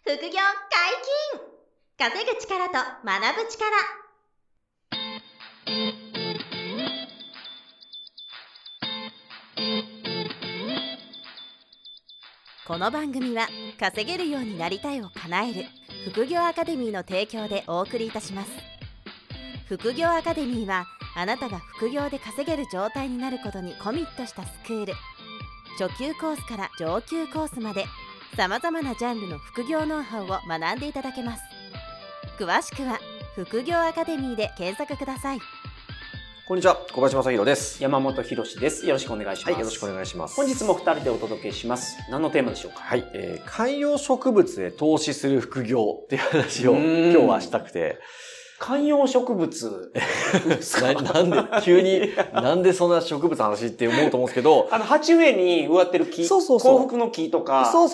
副業解禁！稼ぐ力と学ぶ力。この番組は稼げるようになりたいを叶える副業アカデミーの提供でお送りいたします。副業アカデミーはあなたが副業で稼げる状態になることにコミットしたスクール。初級コースから上級コースまでさまざまなジャンルの副業ノウハウを学んでいただけます。詳しくは副業アカデミーで検索ください。 こんにちは、小林正弘です。 山本博史です。よろしくお願いします。 はい、よろしくお願いします。 本日も2人でお届けします。何のテーマでしょうか？ はい、観葉植物へ投資する副業っていう話を今日はしたくて。 観葉植物なんで、急に、なんでそんな植物の話って思うと思うんですけど。 鉢植えに植わってる木。 そう。 幸福の木とか。 そう。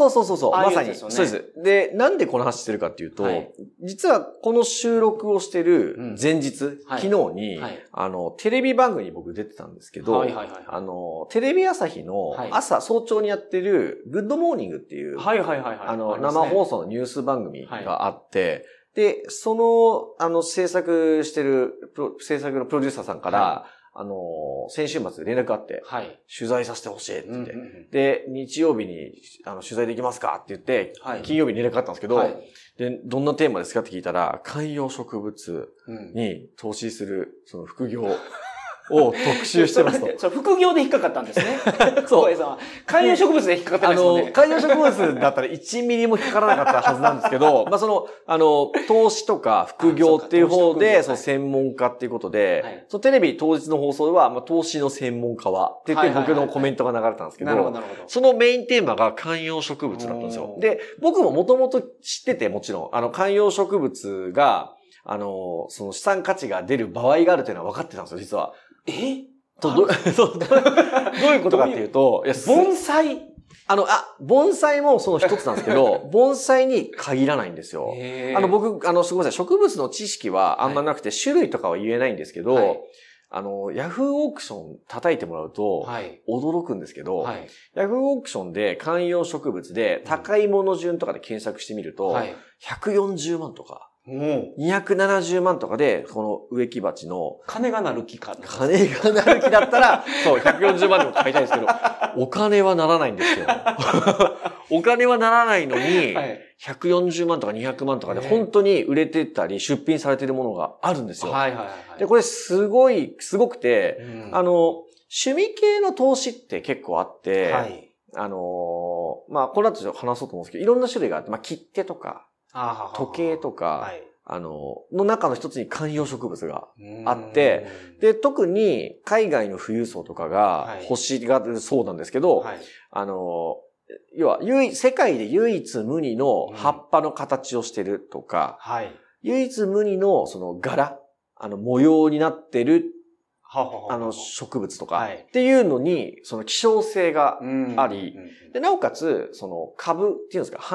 まさに、 そうです。で、なんでこの話してるかっていうと、はい、実はこの収録をしてる前日、昨日に、テレビ番組に僕出てたんですけど、テレビ朝日の早朝にやってるグッドモーニングっていう、生放送のニュース番組があって、で、その、制作のプロデューサーさんから、先週末連絡があって、取材させてほしいって言って、で、日曜日に、取材できますかって言って、金曜日に連絡があったんですけど、で、どんなテーマですかって聞いたら、観葉植物に投資する、その副業を特集してますと。 副業で引っかかったんですね。そう。観葉植物で引っかかってないですよね。 観葉植物だったら1ミリも引っかからなかったはずなんですけど、投資とか副業っていう方で、専門家っていうことで、テレビ当日の放送では、投資の専門家は、って言って僕のコメントが流れたんですけど、そのメインテーマが観葉植物だったんですよ。で、僕ももともと知ってて、もちろん、観葉植物が、その資産価値が出る場合があるというのは分かってたんですよ、実は。どういうことかっていうと、 盆栽盆栽もその一つなんですけど、盆栽に限らないんですよ。僕、すごい植物の知識はあんまなくて、種類とかは言えないんですけど、ヤフーオークション叩いてもらうと、驚くんですけど、ヤフーオークションで観葉植物で高いもの順とかで検索してみると、140万とか、270万とかで、この植木鉢の。 金がなる木か。 金がなる木だったら、そう、140万でも買いたいんですけど、お金はならないんですよ。お金はならないのに、140万とか200万とかで本当に売れてたり出品されているものがあるんですよ。で、これすごくて、趣味系の投資って結構あって、これだと話そうと思うんですけど、いろんな種類があって、切手とか、時計とか、の中の一つに観葉植物があって、で、特に海外の富裕層とかが欲しがるそうなんですけど、要は、世界で唯一無二の葉っぱの形をしてるとか、唯一無二のその柄、模様になってる植物とかっていうのに、その希少性があり、で、なおかつ、その株っていうんですか、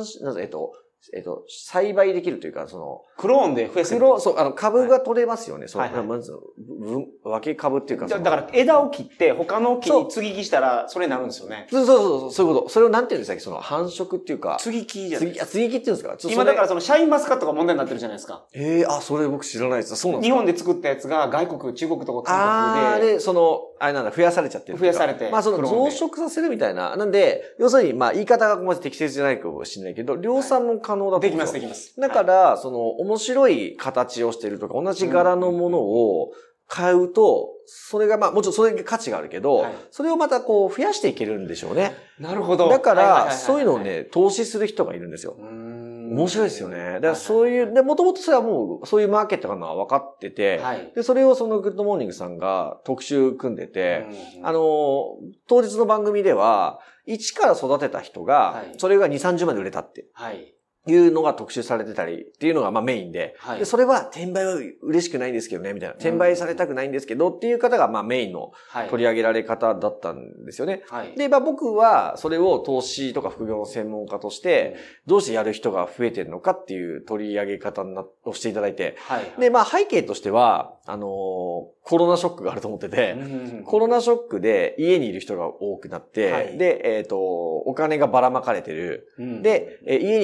栽培できるというか、 クローンで増やせる。 そう、株が取れますよね。分け株っていうか。 だから枝を切って、他の木に接ぎ木したら、それになるんですよね。 そういうこと。それをなんていうんですか、繁殖っていうか。 接ぎ木じゃないですか。 接ぎ木っていうんですか。 今だからシャインマスカットが問題になってるじゃないですか。 それ僕知らないです。そうなんですか。 日本で作ったやつが外国、中国とか韓国で。 増やされちゃってる。 増やされて。 増殖させるみたいな。なんで、要するに、言い方がまず適切じゃないかもしれないけど、量産も可能だと思うんですよ。 できます。 だから、面白い形をしてるとか、同じ柄のものを買うと、それがもちろんそれが価値があるけど、それをまた増やしていけるんでしょうね。 なるほど。 だから、そういうのをね、投資する人がいるんですよ。面白いですよね。だからそういう、で、もともとそれはもう、そういうマーケットが分かってて、で、それをそのグッドモーニングさんが特集組んでて、当日の番組では、一から育てた人が、それが2、30万で売れたって。いうのが特集されてたりっていうのがメインで、で、それは転売は嬉しくないんですけどね、みたいな。転売されたくないんですけどっていう方がメインの取り上げられ方だったんですよね。で、僕はそれを投資とか副業の専門家として、どうしてやる人が増えてるのかっていう取り上げ方をしていただいて、で、背景としては、コロナショックがあると思ってて、コロナショックで家にいる人が多くなって、で、お金がばらまかれてる。で、家にいるから、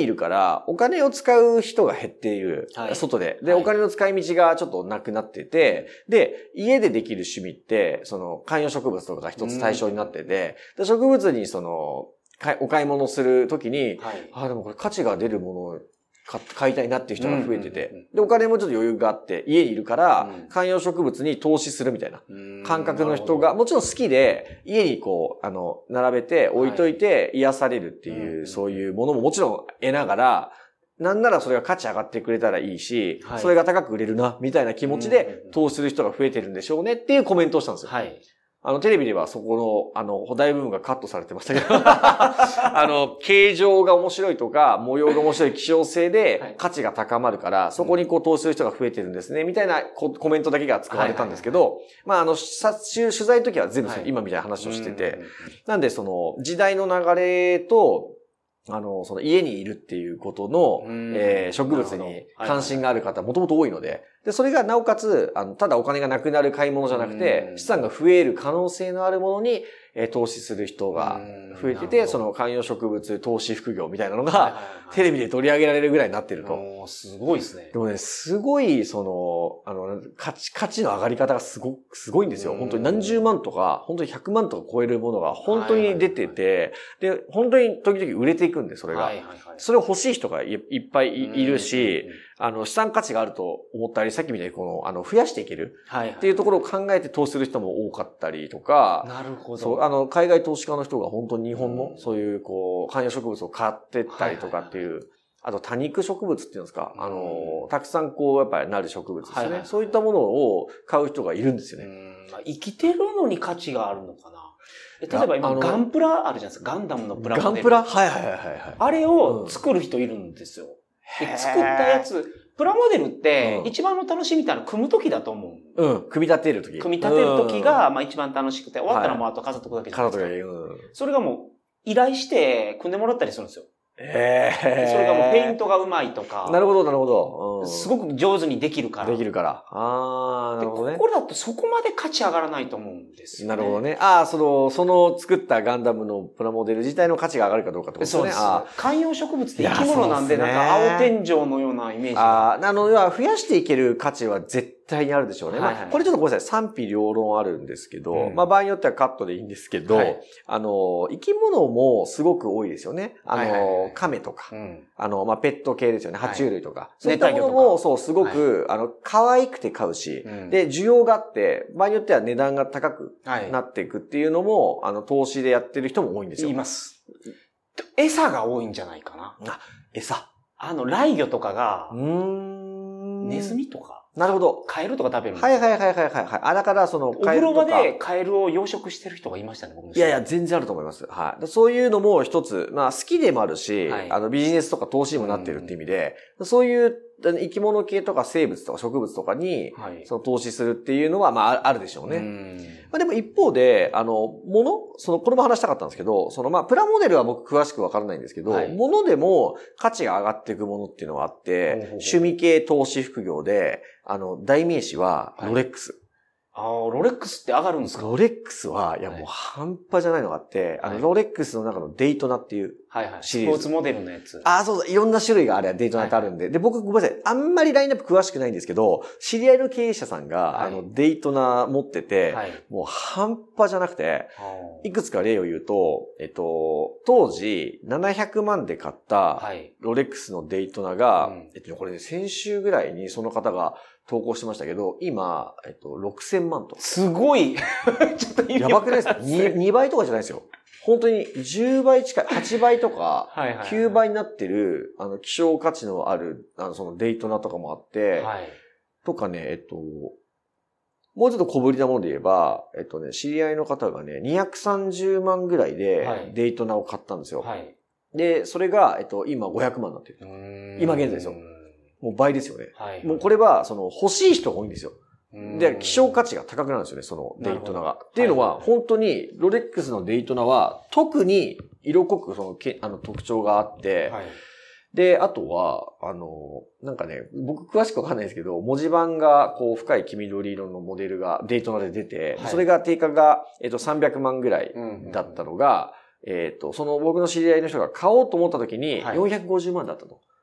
が、お金を使う人が減っている。はい、外で。で、お金の使い道がちょっとなくなってて、で、家でできる趣味って、観葉植物とかが一つ対象になってて、で植物にお買い物するときに、でもこれ価値が出るものを買いたいなっていう人が増えてて、で、お金もちょっと余裕があって、家にいるから、観葉植物に投資するみたいな感覚の人が、もちろん好きで、家に並べて置いといて癒されるっていう、そういうものももちろん得ながら、なんならそれが価値上がってくれたらいいし、それが高く売れるな、みたいな気持ちで投資する人が増えてるんでしょうねっていうコメントをしたんですよ。はい。テレビではそこの、大部分がカットされてましたけど、形状が面白いとか、模様が面白い希少性で価値が高まるから、そこに投資する人が増えてるんですね、みたいなコメントだけが使われたんですけど、取材の時は全部今みたいな話をしてて、なんで時代の流れと、家にいるっていうことの、植物に関心がある方もともと多いので、で、それがなおかつ、ただお金がなくなる買い物じゃなくて、資産が増える可能性のあるものに、投資する人が増えてて、観葉植物投資副業みたいなのが、テレビで取り上げられるぐらいになってると。 すごいですね。 でもね、すごい、価値の上がり方がすごいんですよ。本当に何十万とか、本当に100万とか超えるものが本当に出てて、で、本当に時々売れていくんで、それが。それを欲しい人がいっぱいいるし、資産価値があると思ったり、さっきみたいに増やしていけるっていうところを考えて投資する人も多かったりとか、 なるほど。 そう、海外投資家の人が本当に日本のそういう観葉植物を買ってったりとかっていう、あと多肉植物っていうんですか、たくさんやっぱりなる植物ですね。そういったものを買う人がいるんですよね。 生きてるのに価値があるのかな。例えば今、ガンプラあるじゃないですか。ガンダムのプラモデル。 ガンプラはい。 あれを作る人いるんですよ。作ったやつ、プラモデルって、一番の楽しみって組むときだと思う。組み立てるとき。 組み立てるときが、一番楽しくて、終わったらもうあと飾っとくだけじゃないですか。それがもう、依頼して組んでもらったりするんですよ。それがもうペイントがうまいとか。 なるほど。 すごく上手にできるから。 なるほどね。 これだとそこまで価値上がらないと思うんですよね。 なるほどね。その作ったガンダムのプラモデル自体の価値が上がるかどうかってことですね。 そうです。観葉植物って生き物なんで、青天井のようなイメージが。 要は増やしていける価値は絶対にあるでしょうね。これちょっとごめんなさい。賛否両論あるんですけど、場合によってはカットでいいんですけど、生き物もすごく多いですよね。亀とか、ペット系ですよね。爬虫類とか。そういったものも、そう、すごく、可愛くて買うし、で、需要があって、場合によっては値段が高くなっていくっていうのも、投資でやってる人も多いんですよ。 います。餌が多いんじゃないかな。 餌。 雷魚とかが、ネズミとか。 なるほど。 カエルとか食べるんですよ。 はい。だからお風呂場でカエルを養殖してる人がいましたね、僕の。 いや、全然あると思います。はい。そういうのも一つ、好きでもあるし、ビジネスとか投資にもなってるっていう意味で、そういう生き物系とか生物とか植物とかに、投資するっていうのは、あるでしょうね。でも一方で、これも話したかったんですけど、プラモデルは僕詳しくわからないんですけど、物でも価値が上がっていくものっていうのはあって、趣味系投資副業で、代名詞はロレックス。 ロレックスって上がるんですか？ ロレックスは、もう半端じゃないのがあって、ロレックスの中のデイトナっていうシリーズ。 スポーツモデルのやつ。 そう。いろんな種類があれはデイトナってあるんで。で、僕ごめんなさい。あんまりラインナップ詳しくないんですけど、知り合いの経営者さんが、デイトナ持ってて、もう半端じゃなくて、いくつか例を言うと、当時700万で買ったロレックスのデイトナが、これ先週ぐらいにその方が投稿してましたけど、今、6000万と。 すごいちょっとやばくないですか 2 倍とかじゃないですよ。本当に10倍近い、8倍とか、9倍になってる、希少価値のある、そのデイトナとかもあって、とかね、もうちょっと小ぶりなもので言えば、知り合いの方がね、230万ぐらいでデイトナを買ったんですよ。で、それが、今500万になってる。今現在ですよ。もう倍ですよね。もうこれは、欲しい人が多いんですよ。で、希少価値が高くなるんですよね、そのデイトナが。っていうのは、本当に、ロレックスのデイトナは、特に色濃く特徴があって、で、あとは、なんかね、僕詳しくわかんないですけど、文字盤が深い黄緑色のモデルがデイトナで出て、それが定価が、300万ぐらいだったのが、その僕の知り合いの人が買おうと思った時に450万だったと。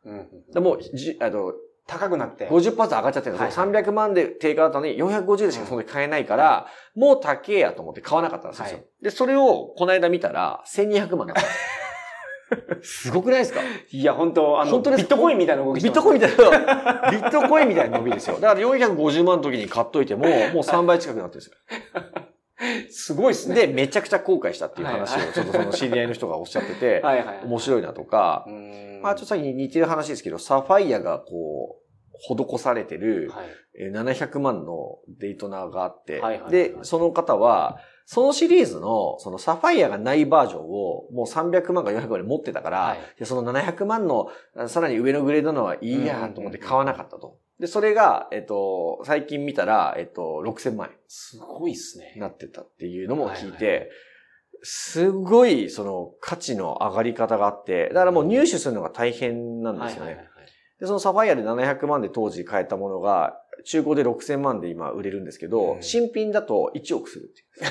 でもう、 高くなって。 50%上がっちゃってるんですよ。300万で定価だったのに450でしかその時買えないから、もう高えやと思って買わなかったんですよ。で、それをこの間見たら1200万だった。すごくないですか？ いや、本当ビットコインみたいな動きしてます。 ビットコインみたいな伸びですよ。だから450万の時に買っといても、もう3倍近くなってるんですよ。 すごいですね。 で、めちゃくちゃ後悔したっていう話を、ちょっとその知り合いの人がおっしゃってて、面白いなとか、まあちょっとさっき似てる話ですけど、サファイアがこう、施されてる、700万のデイトナーがあって、で、その方は、そのシリーズの、そのサファイアがないバージョンを、もう300万か400万で持ってたから、でその700万の、さらに上のグレードのはいいやと思って買わなかったと。で、それが、最近見たら、6000万円。 すごいっすね。 なってたっていうのも聞いて、すごい、その価値の上がり方があって、だからもう入手するのが大変なんですよね。で、そのサファイアで700万で当時買えたものが、中古で6000万で今売れるんですけど、新品だと1億するっていう。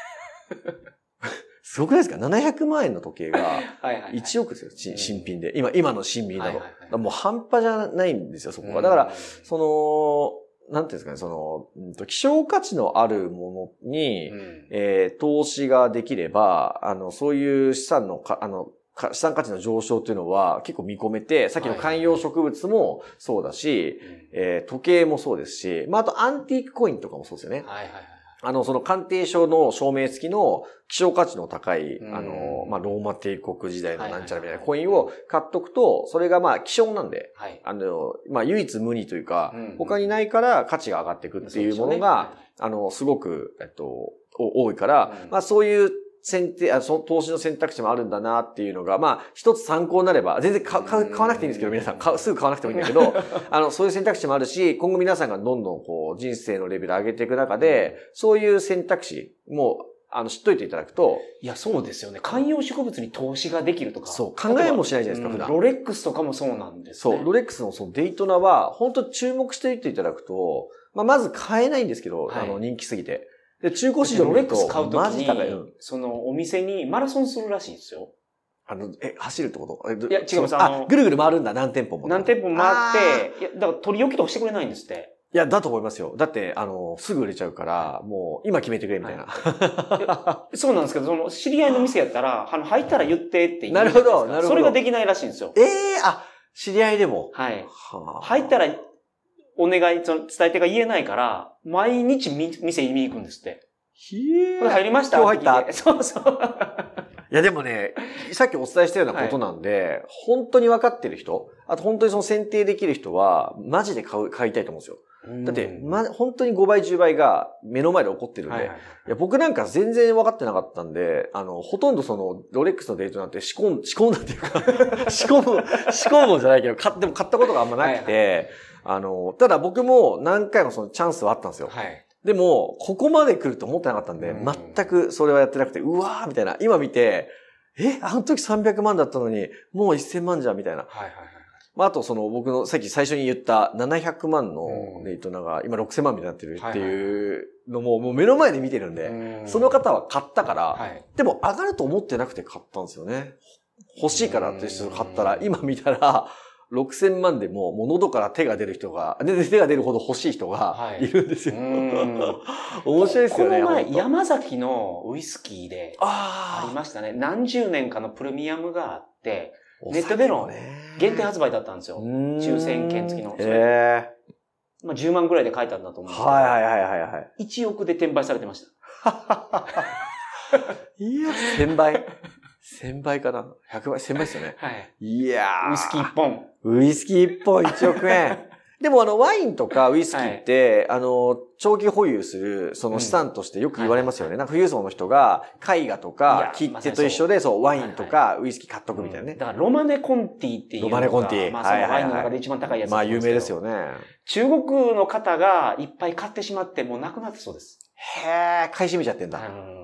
すごくないですか？ 700 万円の時計が1億ですよ、新品で。今の新品だと。もう半端じゃないんですよ、そこは。だから、なんていうんですかね、希少価値のあるものに、投資ができれば、そういう資産価値の上昇っていうのは結構見込めて、さっきの観葉植物もそうだし、時計もそうですし、まあ、あとアンティークコインとかもそうですよね。その鑑定書の証明付きの希少価値の高い、まあ、ローマ帝国時代のなんちゃらみたいなコインを買っとくと、それがまあ、希少なんで、まあ、唯一無二というか、他にないから価値が上がっていくっていうものが、すごく、多いから、まあ、そういう投資の選択肢もあるんだなっていうのが、まあ、一つ参考になれば、全然買わなくていいんですけど、皆さん、すぐ買わなくてもいいんだけど、そういう選択肢もあるし、今後皆さんがどんどんこう、人生のレベル上げていく中で、そういう選択肢も、知っといていただくと。 いや、そうですよね。観葉植物に投資ができるとか。 そう、考えもしないじゃないですか、普段。 ロレックスとかもそうなんですね。 そう、ロレックスのそのデイトナは、本当注目していっていただくと、まあ、まず買えないんですけど、人気すぎて。で、中古市場ロレックス買うときに、 マジ高い。 そのお店にマラソンするらしいんですよ。 走るってこと？ いや、違います。 ぐるぐる回るんだ、何店舗も。 何店舗も回って、いや、だから取り置きとかしてくれないんですって。 いや、だと思いますよ。だって、すぐ売れちゃうから、もう、今決めてくれ、みたいな。 そうなんですけど、その、知り合いの店やったら、入ったら言ってって言う。 なるほど、なるほど。 それができないらしいんですよ。 知り合いでも。 はい。入ったら、お願い、伝え手が言えないから、毎日店見に行くんですって。これ入りました？ 今日入った。 そうそう。 いやでもね、さっきお伝えしたようなことなんで、本当に分かってる人、あと本当にその選定できる人は、マジで買いたいと思うんですよ。だって、本当に5倍、10倍が目の前で起こってるんで、いや僕なんか全然分かってなかったんで、ほとんどその、ロレックスのデートなんて仕込んだっていうか、仕込むじゃないけど、でも買ったことがあんまなくて、ただ僕も何回もそのチャンスはあったんですよ。でも、ここまで来ると思ってなかったんで、全くそれはやってなくて、うわーみたいな。今見て、あの時300万だったのに、もう1000万じゃんみたいな。まあ、あと僕のさっき最初に言った700万のデイトナが今6000万になってるっていうのも、もう目の前で見てるんで、その方は買ったから、でも上がると思ってなくて買ったんですよね。欲しいからって人が買ったら、今見たら、6000万でも、もう喉から手が出る人が、手が出るほど欲しい人がいるんですよ。面白いですよね。 この前、山崎のウイスキーでありましたね。何十年かのプレミアムがあって、ネットでの限定発売だったんですよ。抽選券付きの。まあ10万ぐらいで書いてあったんだと思うんですけど。1億で転売されてました。 いや、1000倍。1000倍かな ?100 倍 ?1000 倍ですよね。いやー。 ウイスキー1本。 ウイスキー1本1億円。でもワインとかウイスキーって、長期保有する、その資産としてよく言われますよね。なんか富裕層の人が、絵画とか、切手と一緒で、ワインとかウイスキー買っとくみたいなね。 だからロマネコンティっていうのが。ロマネコンティ。まあそのワインの中で一番高いやつ。 まあ有名ですよね。 中国の方がいっぱい買ってしまって、もうなくなってそうです。 へー、買い占めちゃってんだ。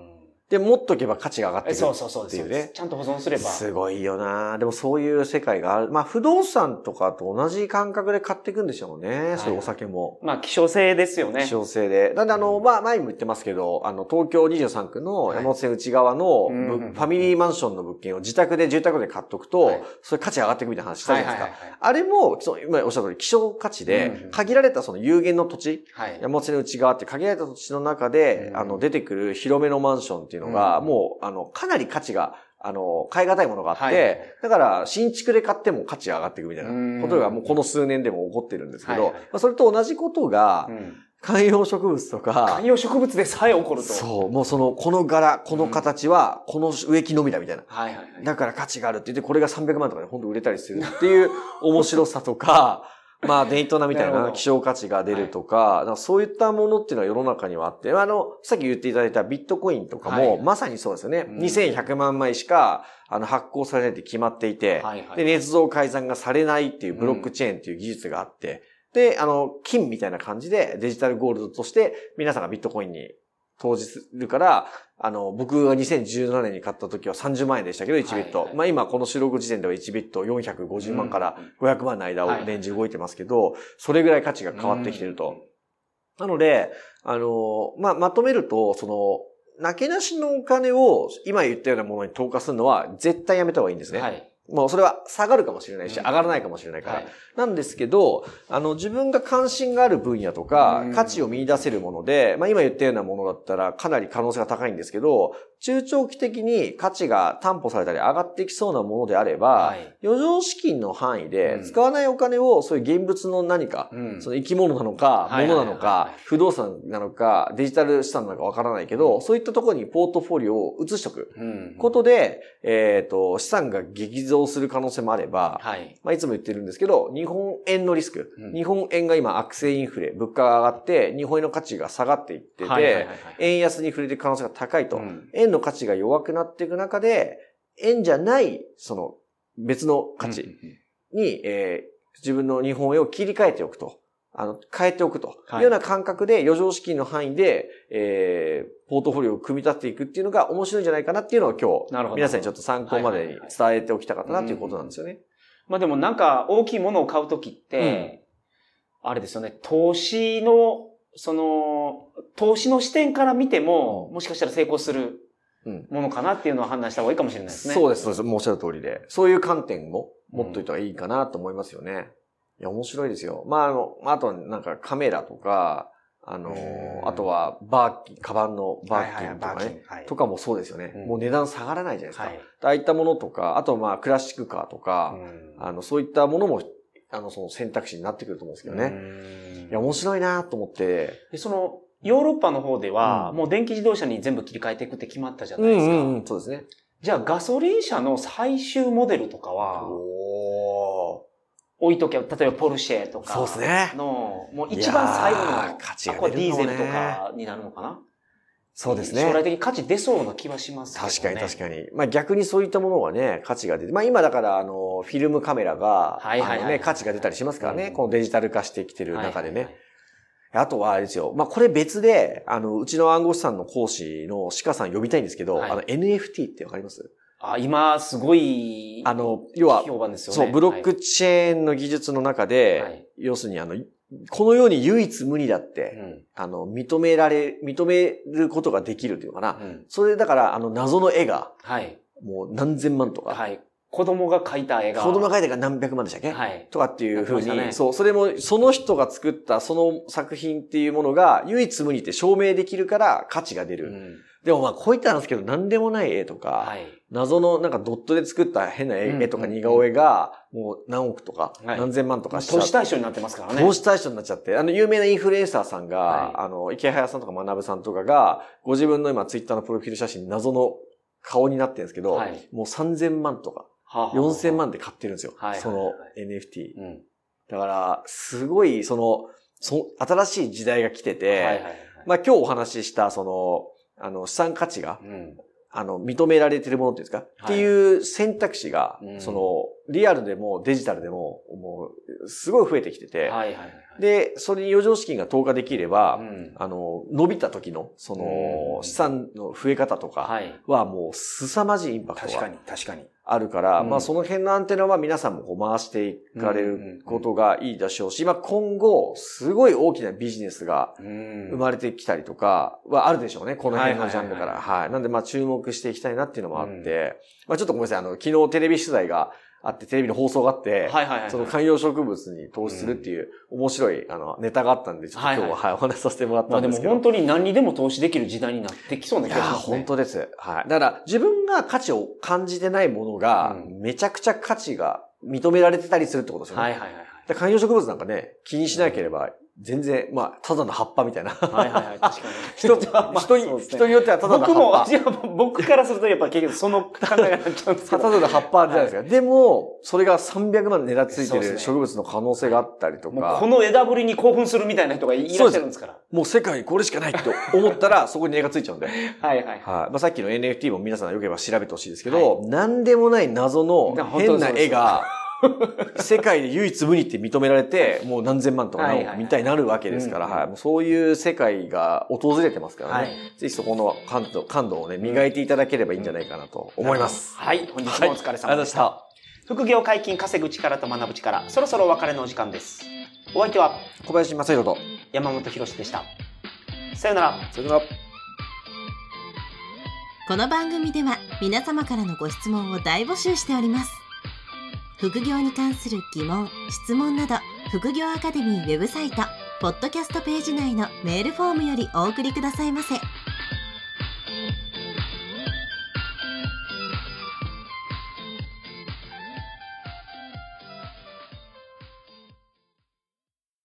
で、持っとけば価値が上がってくるっていうね。 そう。ちゃんと保存すれば。 すごいよな。でもそういう世界がある。まあ不動産とかと同じ感覚で買っていくんでしょうね。そういうお酒も。 まあ希少性ですよね。 希少性で。なんでまあ前にも言ってますけど、東京23区の山手線内側のファミリーマンションの物件を自宅で住宅で買っとくと、それ価値上がっていくみたいな話したじゃないですか。あれも、今おっしゃる通り希少価値で、限られたその有限の土地、山手線内側って限られた土地の中で、出てくる広めのマンションっていうのが、もう、かなり価値が、買い難いものがあって、だから、新築で買っても価値が上がっていくみたいなことがもうこの数年でも起こってるんですけど、それと同じことが、観葉植物とか。 観葉植物でさえ起こると。 そう。もうこの柄、この形は、この植木のみだみたいな。だから価値があるって言って、これが300万とかで本当売れたりするっていう面白さとか、まあ、デイトナみたいな希少価値が出るとか、そういったものっていうのは世の中にはあって、さっき言っていただいたビットコインとかも、まさにそうですよね。2100万枚しか、発行されないって決まっていて、で、捏造改ざんがされないっていうブロックチェーンっていう技術があって、で、金みたいな感じでデジタルゴールドとして皆さんがビットコインに投じるから、僕が2017年に買った時は30万円でしたけど、1ビット。まあ今この収録時点では1ビット450万から500万の間をレンジ動いてますけど、それぐらい価値が変わってきてると。なので、まあまとめると、なけなしのお金を今言ったようなものに投下するのは絶対やめた方がいいんですね。もうそれは下がるかもしれないし、上がらないかもしれないから。なんですけど、自分が関心がある分野とか、価値を見出せるもので、まあ今言ったようなものだったらかなり可能性が高いんですけど、中長期的に価値が担保されたり上がっていきそうなものであれば、余剰資金の範囲で使わないお金をそういう現物の何か、その生き物なのか、物なのか、不動産なのか、デジタル資産なのかわからないけど、そういったところにポートフォリオを移しとくことで、資産が激増する可能性もあれば、まあいつも言ってるんですけど、日本円のリスク、日本円が今悪性インフレ、物価が上がって、日本円の価値が下がっていってて、円安に触れていく可能性が高いと。円の価値が弱くなっていく中で、円じゃない、別の価値に、自分の日本円を切り替えておくと。変えておくというような感覚で余剰資金の範囲で、ポートフォリオを組み立てていくっていうのが面白いんじゃないかなっていうのを今日、皆さんにちょっと参考までに伝えておきたかったなということなんですよね。 まあでもなんか大きいものを買うときって、あれですよね、投資の視点から見ても、もしかしたら成功するものかなっていうのは判断した方がいいかもしれないですね。 そうです、そうです。もうおっしゃる通りで。そういう観点も持っといた方がいいかなと思いますよね。いや、面白いですよ。まあ、あとはなんかカメラとか、あとはカバンのバーキンとかね、とかもそうですよね。もう値段下がらないじゃないですか。ああいったものとか、あとまあクラシックカーとか、そういったものも、その選択肢になってくると思うんですけどね。いや、面白いなと思って。 で、ヨーロッパの方では、もう電気自動車に全部切り替えていくって決まったじゃないですか。 そうですね。 じゃあガソリン車の最終モデルとかは、置いとけば、例えばポルシェとかそうですね。 もう一番最後の価値が出るのね。 ディーゼルとかになるのかな。 そうですね。 将来的に価値出そうな気はしますけどね。 確かに。まあ逆にそういったものはね、価値が出て。まあ今だからフィルムカメラが、価値が出たりしますからね。このデジタル化してきてる中でね。あとはあれですよ。まあこれ別で、うちの暗号資産の講師の鹿さん呼びたいんですけど、NFT ってわかります？ 今、すごい、 要は、 評判ですよね。 そう、ブロックチェーンの技術の中で、要するにこのように唯一無二だって、認めることができるというのかな。それだから、謎の絵が、もう何千万とか。 子供が描いた絵が。 子供が描いた絵が何百万でしたっけ？とかっていうふうに、そう、それも、その人が作ったその作品っていうものが唯一無二って証明できるから価値が出る。でもまあこういったんですけど、何でもない絵とか、謎のなんかドットで作った変な絵とか似顔絵が、もう何億とか、何千万とか投資対象になってますからね。 投資対象になっちゃって、有名なインフルエンサーさんが、池早さんとか学さんとかが、ご自分の今ツイッターのプロフィール写真謎の顔になってるんですけど、もう3000万とか、4000万で買ってるんですよ。その NFT。だから、すごい、新しい時代が来てて、まあ今日お話しした、資産価値が、認められてるものっていうんですか、っていう選択肢が、 リアルでもデジタルでも、もう、すごい増えてきてて、で、それに余剰資金が投下できれば、伸びた時の、その、資産の増え方とかはもう凄まじいインパクトがあるから、まあその辺のアンテナは皆さんもこう回していかれることがいいでしょうし、まあ今後、すごい大きなビジネスが生まれてきたりとかはあるでしょうね、この辺のジャンルから。はい。なんでまあ注目していきたいなっていうのもあって、まあちょっとごめんなさい、昨日テレビ取材があって、テレビの放送があって、その観葉植物に投資するっていう面白いネタがあったんで、ちょっと今日はお話しさせてもらったんですけど。 まあでも本当に何にでも投資できる時代になってきそうな気がしますね。 本当です。はい。だから自分が価値を感じてないものが、めちゃくちゃ価値が認められてたりするってことですよね。観葉植物なんかね、気にしなければ、全然、まあ、ただの葉っぱみたいな。確かに。 人によってはただの葉っぱ。僕からするとやっぱ結局その考えがなっちゃうんですけど。 ただの葉っぱじゃないですか。でも、それが300万値段ついてる植物の可能性があったりとか。 この枝ぶりに興奮するみたいな人がいらっしゃるんですから。 もう世界にこれしかないと思ったら、そこに値がついちゃうんで。まあさっきの NFT も皆さんよければ調べてほしいですけど、なんでもない謎の変な絵が、世界で唯一無二って認められて、もう何千万とかみたいになるわけですから、そういう世界が訪れてますからね。ぜひそこの感度をね、磨いていただければいいんじゃないかなと思います。 はい、本日もお疲れ様でした。副業解禁、稼ぐ力と学ぶ力、そろそろお別れのお時間です。お相手は、 小林正宏と山本博史でした。さよなら。 さよなら。 この番組では皆様からのご質問を大募集しております。副業に関する疑問・質問など、副業アカデミーウェブサイト、ポッドキャストページ内のメールフォームよりお送りくださいませ。